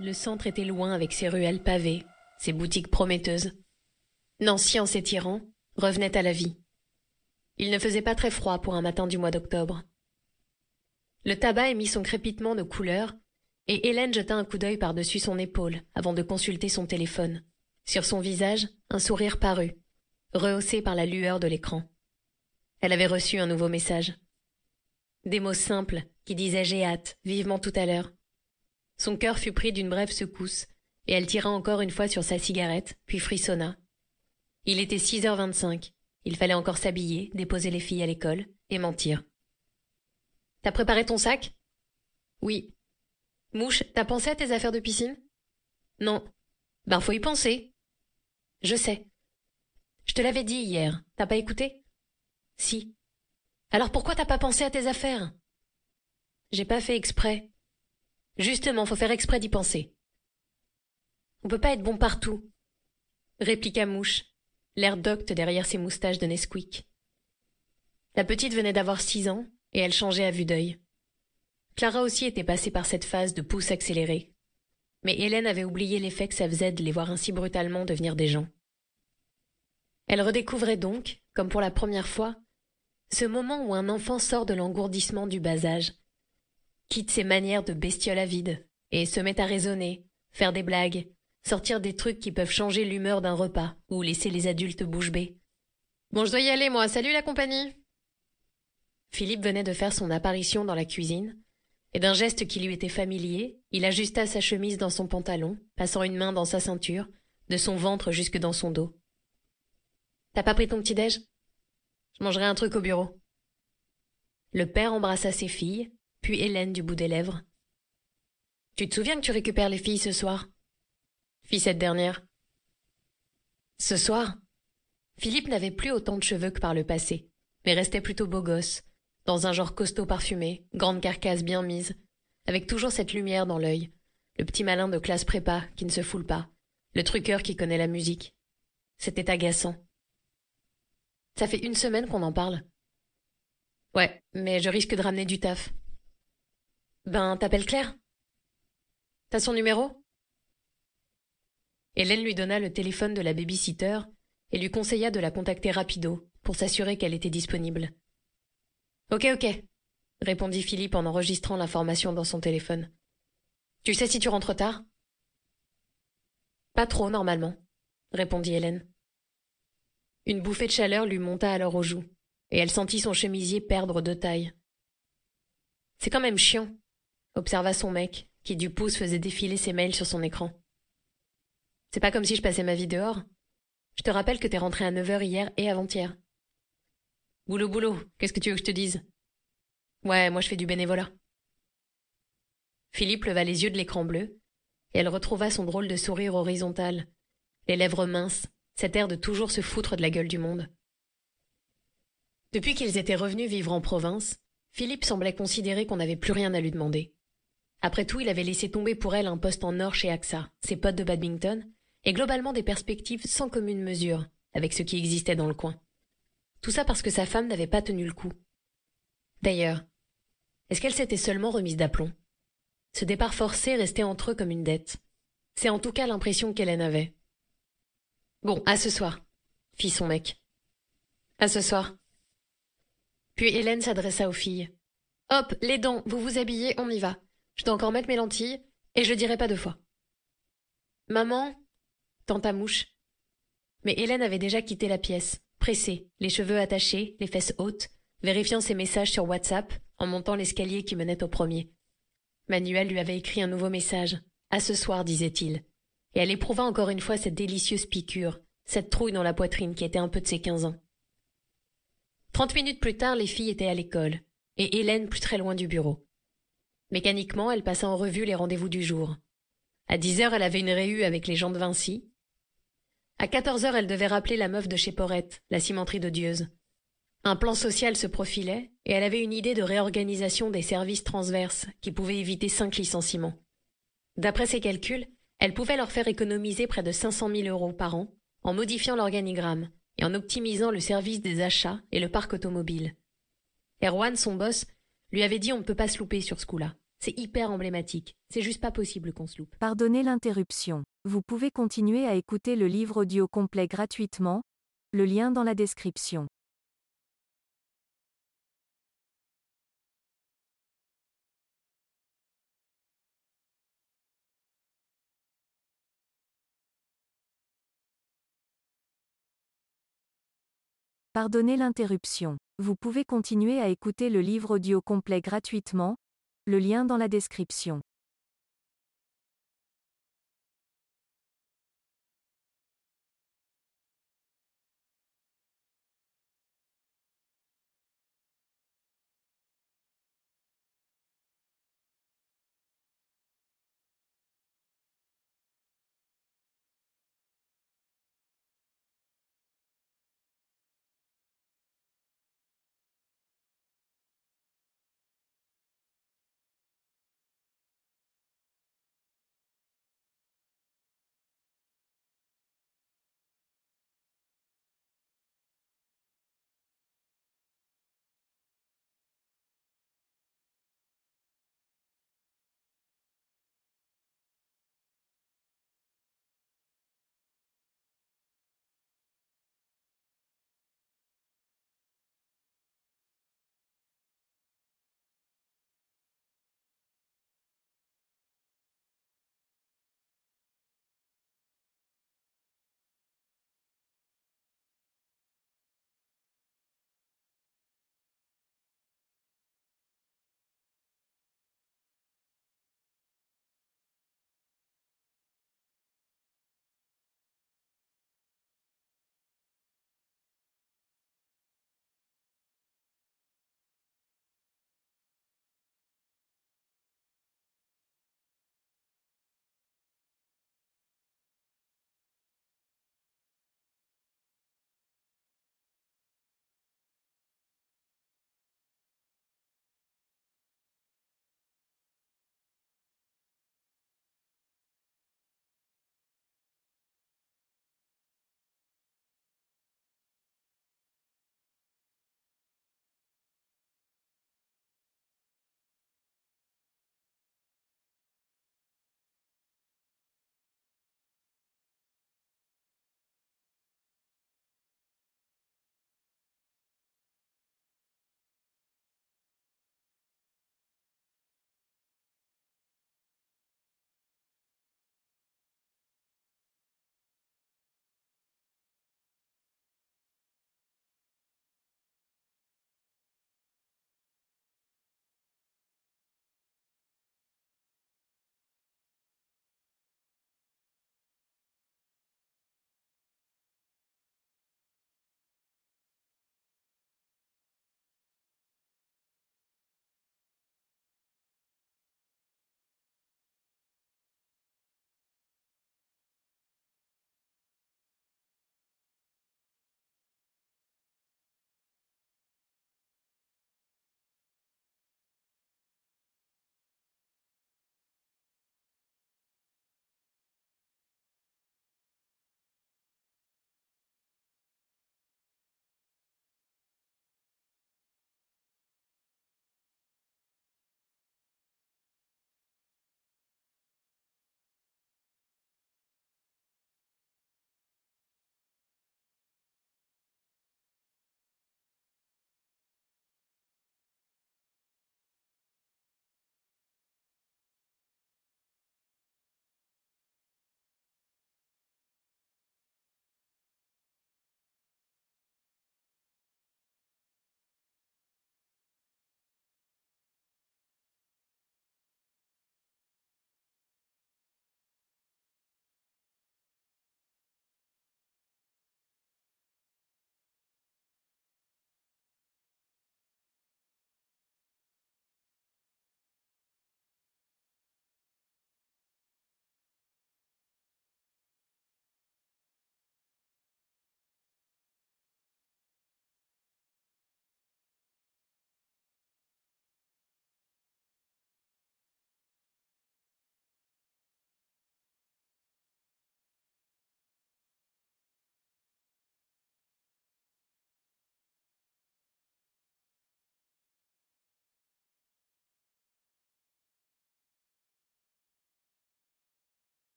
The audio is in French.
Le centre était loin avec ses ruelles pavées, ses boutiques prometteuses. Nancy, en s'étirant, revenait à la vie. Il ne faisait pas très froid pour un matin du mois d'octobre. Le tabac émit son crépitement de couleur, et Hélène jeta un coup d'œil par-dessus son épaule avant de consulter son téléphone. Sur son visage, un sourire parut, rehaussé par la lueur de l'écran. Elle avait reçu un nouveau message. Des mots simples qui disaient « J'ai hâte, vivement tout à l'heure ». Son cœur fut pris d'une brève secousse, et elle tira encore une fois sur sa cigarette, puis frissonna. Il était 6h25. Il fallait encore s'habiller, déposer les filles à l'école, et mentir. « T'as préparé ton sac ?»« Oui. »« Mouche, t'as pensé à tes affaires de piscine ?»« Non. »« Ben, faut y penser. »« Je sais. »« Je te l'avais dit hier. T'as pas écouté ?»« Si. »« Alors pourquoi t'as pas pensé à tes affaires ?»« J'ai pas fait exprès. » Justement, faut faire exprès d'y penser. On peut pas être bon partout, répliqua Mouche, l'air docte derrière ses moustaches de Nesquik. La petite venait d'avoir 6 ans, et elle changeait à vue d'œil. Clara aussi était passée par cette phase de pouce accéléré. Mais Hélène avait oublié l'effet que ça faisait de les voir ainsi brutalement devenir des gens. Elle redécouvrait donc, comme pour la première fois, ce moment où un enfant sort de l'engourdissement du bas âge, quitte ses manières de bestiole avide, et se met à raisonner, faire des blagues, sortir des trucs qui peuvent changer l'humeur d'un repas, ou laisser les adultes bouche bée. « Bon, je dois y aller, moi. Salut la compagnie !» Philippe venait de faire son apparition dans la cuisine, et d'un geste qui lui était familier, il ajusta sa chemise dans son pantalon, passant une main dans sa ceinture, de son ventre jusque dans son dos. « T'as pas pris ton petit-déj ? Je mangerai un truc au bureau. » Le père embrassa ses filles, puis Hélène du bout des lèvres. « Tu te souviens que tu récupères les filles ce soir ?» fit cette dernière. Ce soir, Philippe n'avait plus autant de cheveux que par le passé, mais restait plutôt beau gosse, dans un genre costaud parfumé, grande carcasse bien mise, avec toujours cette lumière dans l'œil, le petit malin de classe prépa qui ne se foule pas, le truqueur qui connaît la musique. C'était agaçant. Ça fait 1 semaine qu'on en parle. Ouais, mais je risque de ramener du taf. Ben, t'appelles Claire ? T'as son numéro ? Hélène lui donna le téléphone de la baby-sitter et lui conseilla de la contacter rapido pour s'assurer qu'elle était disponible. « Ok, répondit Philippe en enregistrant l'information dans son téléphone. « Tu sais si tu rentres tard ?»« Pas trop, normalement, » répondit Hélène. Une bouffée de chaleur lui monta alors aux joues, et elle sentit son chemisier perdre de taille. « C'est quand même chiant, » observa son mec, qui du pouce faisait défiler ses mails sur son écran. « C'est pas comme si je passais ma vie dehors. Je te rappelle que t'es rentré à 9h hier et avant-hier. » « Boulot, qu'est-ce que tu veux que je te dise ? » ?»« Ouais, moi je fais du bénévolat. » Philippe leva les yeux de l'écran bleu, et elle retrouva son drôle de sourire horizontal, les lèvres minces, cet air de toujours se foutre de la gueule du monde. Depuis qu'ils étaient revenus vivre en province, Philippe semblait considérer qu'on n'avait plus rien à lui demander. Après tout, il avait laissé tomber pour elle un poste en or chez AXA, ses potes de badminton, et globalement des perspectives sans commune mesure avec ce qui existait dans le coin. Tout ça parce que sa femme n'avait pas tenu le coup. D'ailleurs, est-ce qu'elle s'était seulement remise d'aplomb ? Ce départ forcé restait entre eux comme une dette. C'est en tout cas l'impression qu'Hélène avait. « Bon, à ce soir », fit son mec. « À ce soir. » Puis Hélène s'adressa aux filles. « Hop, les dents, vous vous habillez, on y va. Je dois encore mettre mes lentilles, et je dirai pas 2 fois. »« Maman ?» tenta Mouche. Mais Hélène avait déjà quitté la pièce, pressée, les cheveux attachés, les fesses hautes, vérifiant ses messages sur WhatsApp en montant l'escalier qui menait au premier. Manuel lui avait écrit un nouveau message. « À ce soir », disait-il. Et elle éprouva encore une fois cette délicieuse piqûre, cette trouille dans la poitrine qui était un peu de ses 15 ans. 30 minutes plus tard, les filles étaient à l'école, et Hélène plus très loin du bureau. Mécaniquement, elle passa en revue les rendez-vous du jour. À 10h, elle avait une réu avec les gens de Vinci. À 14h, elle devait rappeler la meuf de chez Porrette, la cimenterie d'Odieuse. Un plan social se profilait, et elle avait une idée de réorganisation des services transverses qui pouvait éviter 5 licenciements. D'après ses calculs, elle pouvait leur faire économiser près de 500 000 € par an en modifiant l'organigramme et en optimisant le service des achats et le parc automobile. Erwan, son boss, lui avait dit on ne peut pas se louper sur ce coup-là. C'est hyper emblématique. C'est juste pas possible qu'on se loupe. Pardonnez l'interruption. Vous pouvez continuer à écouter le livre audio complet gratuitement, le lien dans la description. Pardonnez l'interruption. Vous pouvez continuer à écouter le livre audio complet gratuitement, le lien dans la description.